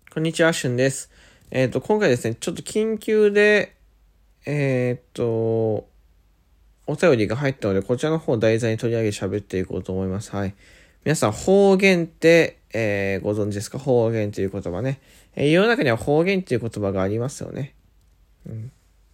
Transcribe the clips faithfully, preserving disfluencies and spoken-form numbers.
こんにちは、しゅんです。えっと、今回ですね、ちょっと緊急で、えっと、お便りが入ったので、こちらの方を題材に取り上げ喋っていこうと思います。はい。皆さん、方言って、えー、ご存知ですか？方言という言葉ね。えー、世の中には方言という言葉がありますよね。うん、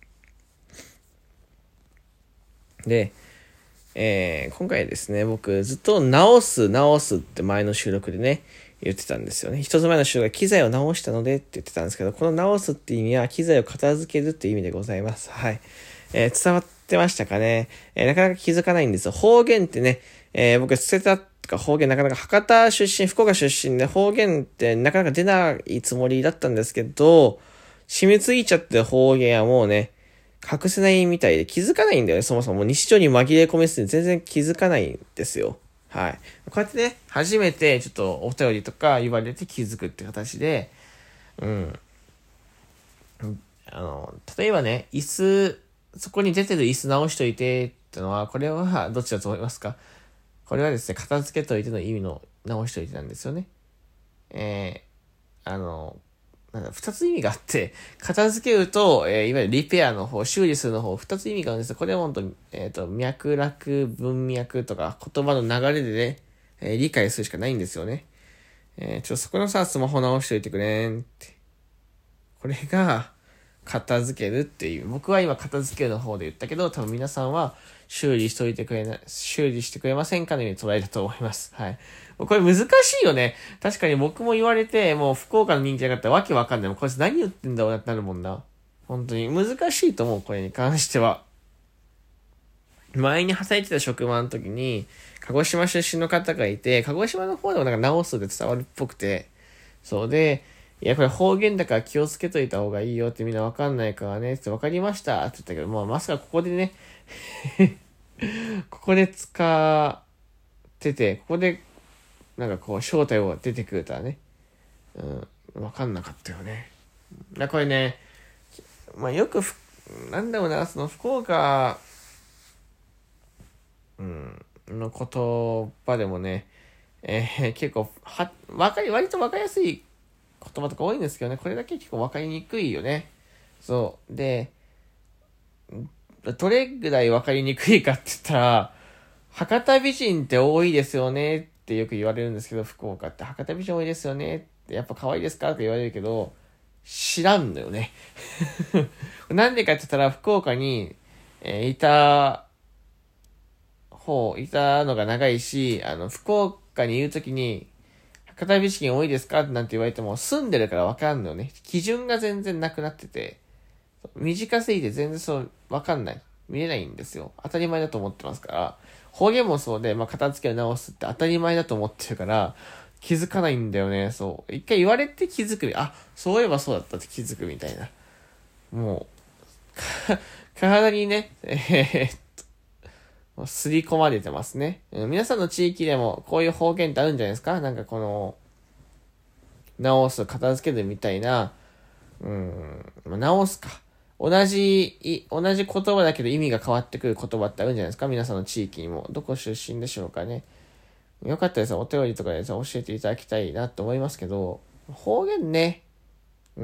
で、えー、今回ですね、僕ずっと直す直すって前の収録でね、言ってたんですよね。一つ前の収録が機材を直したのでって言ってたんですけど、この直すって意味は機材を片付けるっていう意味でございます。はい。えー、伝わってましたかね、えー、なかなか気づかないんですよ。方言ってね、えー、僕捨てたとか方言なかなか博多出身、福岡出身で方言ってなかなか出ないつもりだったんですけど、染みついちゃってる方言はもうね、隠せないみたいで気づかないんだよね。そもそも日常に紛れ込みすぎて全然気づかないんですよ。はい。こうやってね、初めてちょっとお便りとか言われて気づくって形で、うん。あの、例えばね、椅子、そこに出てる椅子直しといてってのは、これはどっちだと思いますか？これはですね、片付けといての意味の直しといてなんですよね。えー、あの、なんだ、二つ意味があって、片付けると、えー、いわゆるリペアの方、修理するの方、二つ意味があるんですよ。これは本当に、えっ、ー、と、脈絡、文脈とか、言葉の流れでね、えー、理解するしかないんですよね。えー、ちょ、そこのさ、スマホ直しといてくれんって。これが、片付けるっていう。僕は今片付けるの方で言ったけど、多分皆さんは修理しといてくれな、修理してくれませんかのように捉えたと思います。はい。これ難しいよね。確かに僕も言われて、もう福岡の人気なかったらわけわかんない。もうこいつ何言ってんだろうなってなるもんな。本当に難しいと思う、これに関しては。前に働いてた職場の時に、鹿児島出身の方がいて、鹿児島の方でもなんか直すで伝わるっぽくて、そうで、いや、これ方言だから気をつけといた方がいいよってみんなわかんないからね、ってわかりましたって言ったけど、まあまさかここでね、ここで使ってて、ここで、なんかこう正体を出てくるとはね、うん、わかんなかったよね。だこれね、まあよくふ、なんだろうな、その福岡、うん、の言葉でもね、えー、結構、は、わかり、割とわかりやすい言葉とか多いんですけどね、これだけ結構わかりにくいよね。そう。で、どれぐらいわかりにくいかって言ったら、博多美人って多いですよねってよく言われるんですけど、福岡って博多美人多いですよねって、やっぱ可愛いですかって言われるけど、知らんのよね。なんでかって言ったら、福岡に、えーいた方、いたのが長いし、あの、福岡にいるときに、博多美人多いですかなんて言われても、住んでるからわかんのよね。基準が全然なくなってて、短すぎて全然そう、わかんない。見えないんですよ。当たり前だと思ってますから。方言もそうで、まあ、片付けを直すって当たり前だと思ってるから、気づかないんだよね。そう。一回言われて気づく。あ、そういえばそうだったって気づくみたいな。もう、体にね、えー、っと、すり込まれてますね。皆さんの地域でもこういう方言ってあるんじゃないですか？なんかこの、直す、片付けるみたいな、うん、直すか。同じ、同じ言葉だけど意味が変わってくる言葉ってあるんじゃないですか？皆さんの地域にも。どこ出身でしょうかね。よかったです。お便りとかで教えていただきたいなと思いますけど、方言ね。うん。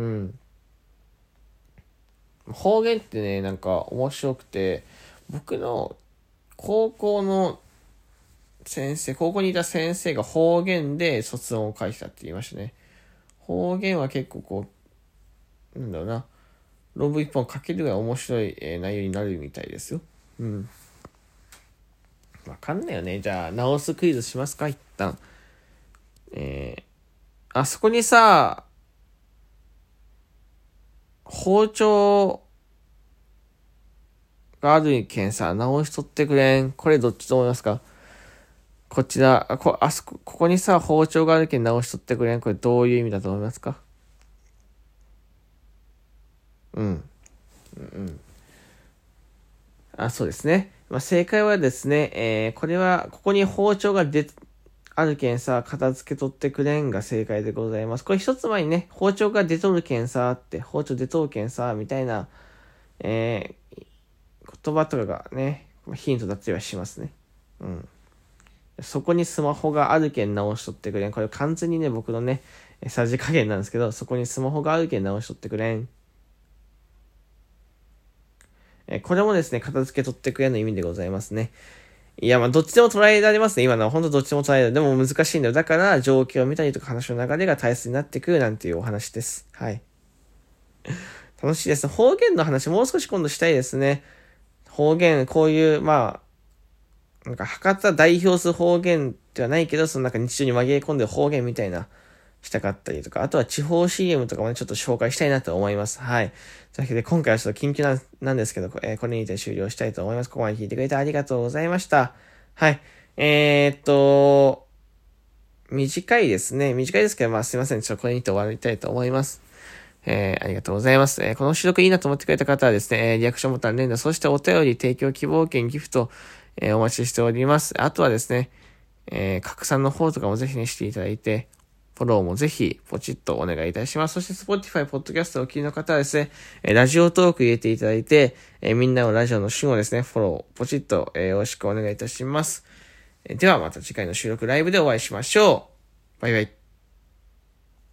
方言ってね、なんか面白くて、僕の高校の先生、高校にいた先生が方言で卒論を書いてたって言いましたね。方言は結構こう、なんだろうな。論文一本書けるぐらい面白い、えー内容になるみたいですよ。うん。わかんないよね。じゃあ、直すクイズしますか一旦。えー、あそこにさ、包丁があるけんさ、直しとってくれん。これどっちと思いますか？こちら、あ、こ、あそこ、ここにさ、包丁があるけん直しとってくれん。これどういう意味だと思いますか？うん。うんうん。あ、そうですね。まあ、正解はですね、えー、これは、ここに包丁が出、あるけんさ、片付け取ってくれんが正解でございます。これ一つ前にね、包丁が出とるけんさって、包丁出とるけんさ、みたいな、えー、言葉とかがね、ヒントだったりはしますね。うん。そこにスマホがあるけん直しとってくれん。これ完全にね、僕のね、 さじ加減なんですけど、そこにスマホがあるけん直しとってくれん。えこれもですね、片付け取ってくれの意味でございますね。いや、まあ、どっちでも捉えられますね。今のは本当どっちでも捉えられる。でも難しいんだよ。だから、状況を見たりとか話の流れが大切になってくるなんていうお話です。はい。楽しいですね。方言の話、もう少し今度したいですね。方言、こういう、まあ、なんか、博多代表する方言ではないけど、そのなんか日常に紛れ込んでる方言みたいな、したかったりとか、あとは地方 シーエム とかもね、ちょっと紹介したいなと思います。はい。というわけで、今回はちょっと緊急な、なんですけど、えー、これにて終了したいと思います。ここまで聞いてくれてありがとうございました。はい。えー、っと、短いですね。短いですけど、まあすいません。ちょっとこれにて終わりたいと思います。えー、ありがとうございます。えー、この収録いいなと思ってくれた方はですね、えー、リアクションボタン、連打、そしてお便り、提供希望券、ギフト、えー、お待ちしております。あとはですね、えー、拡散の方とかもぜひね、していただいて、フォローもぜひ、ポチッとお願いいたします。そして、Spotify、Podcast をお聞きの方はですね、えー、ラジオトーク入れていただいて、えー、みんなのラジオの旬をですね、フォロー、ポチッと、えー、よろしくお願いいたします。えー、では、また次回の収録ライブでお会いしましょう。バイバイ。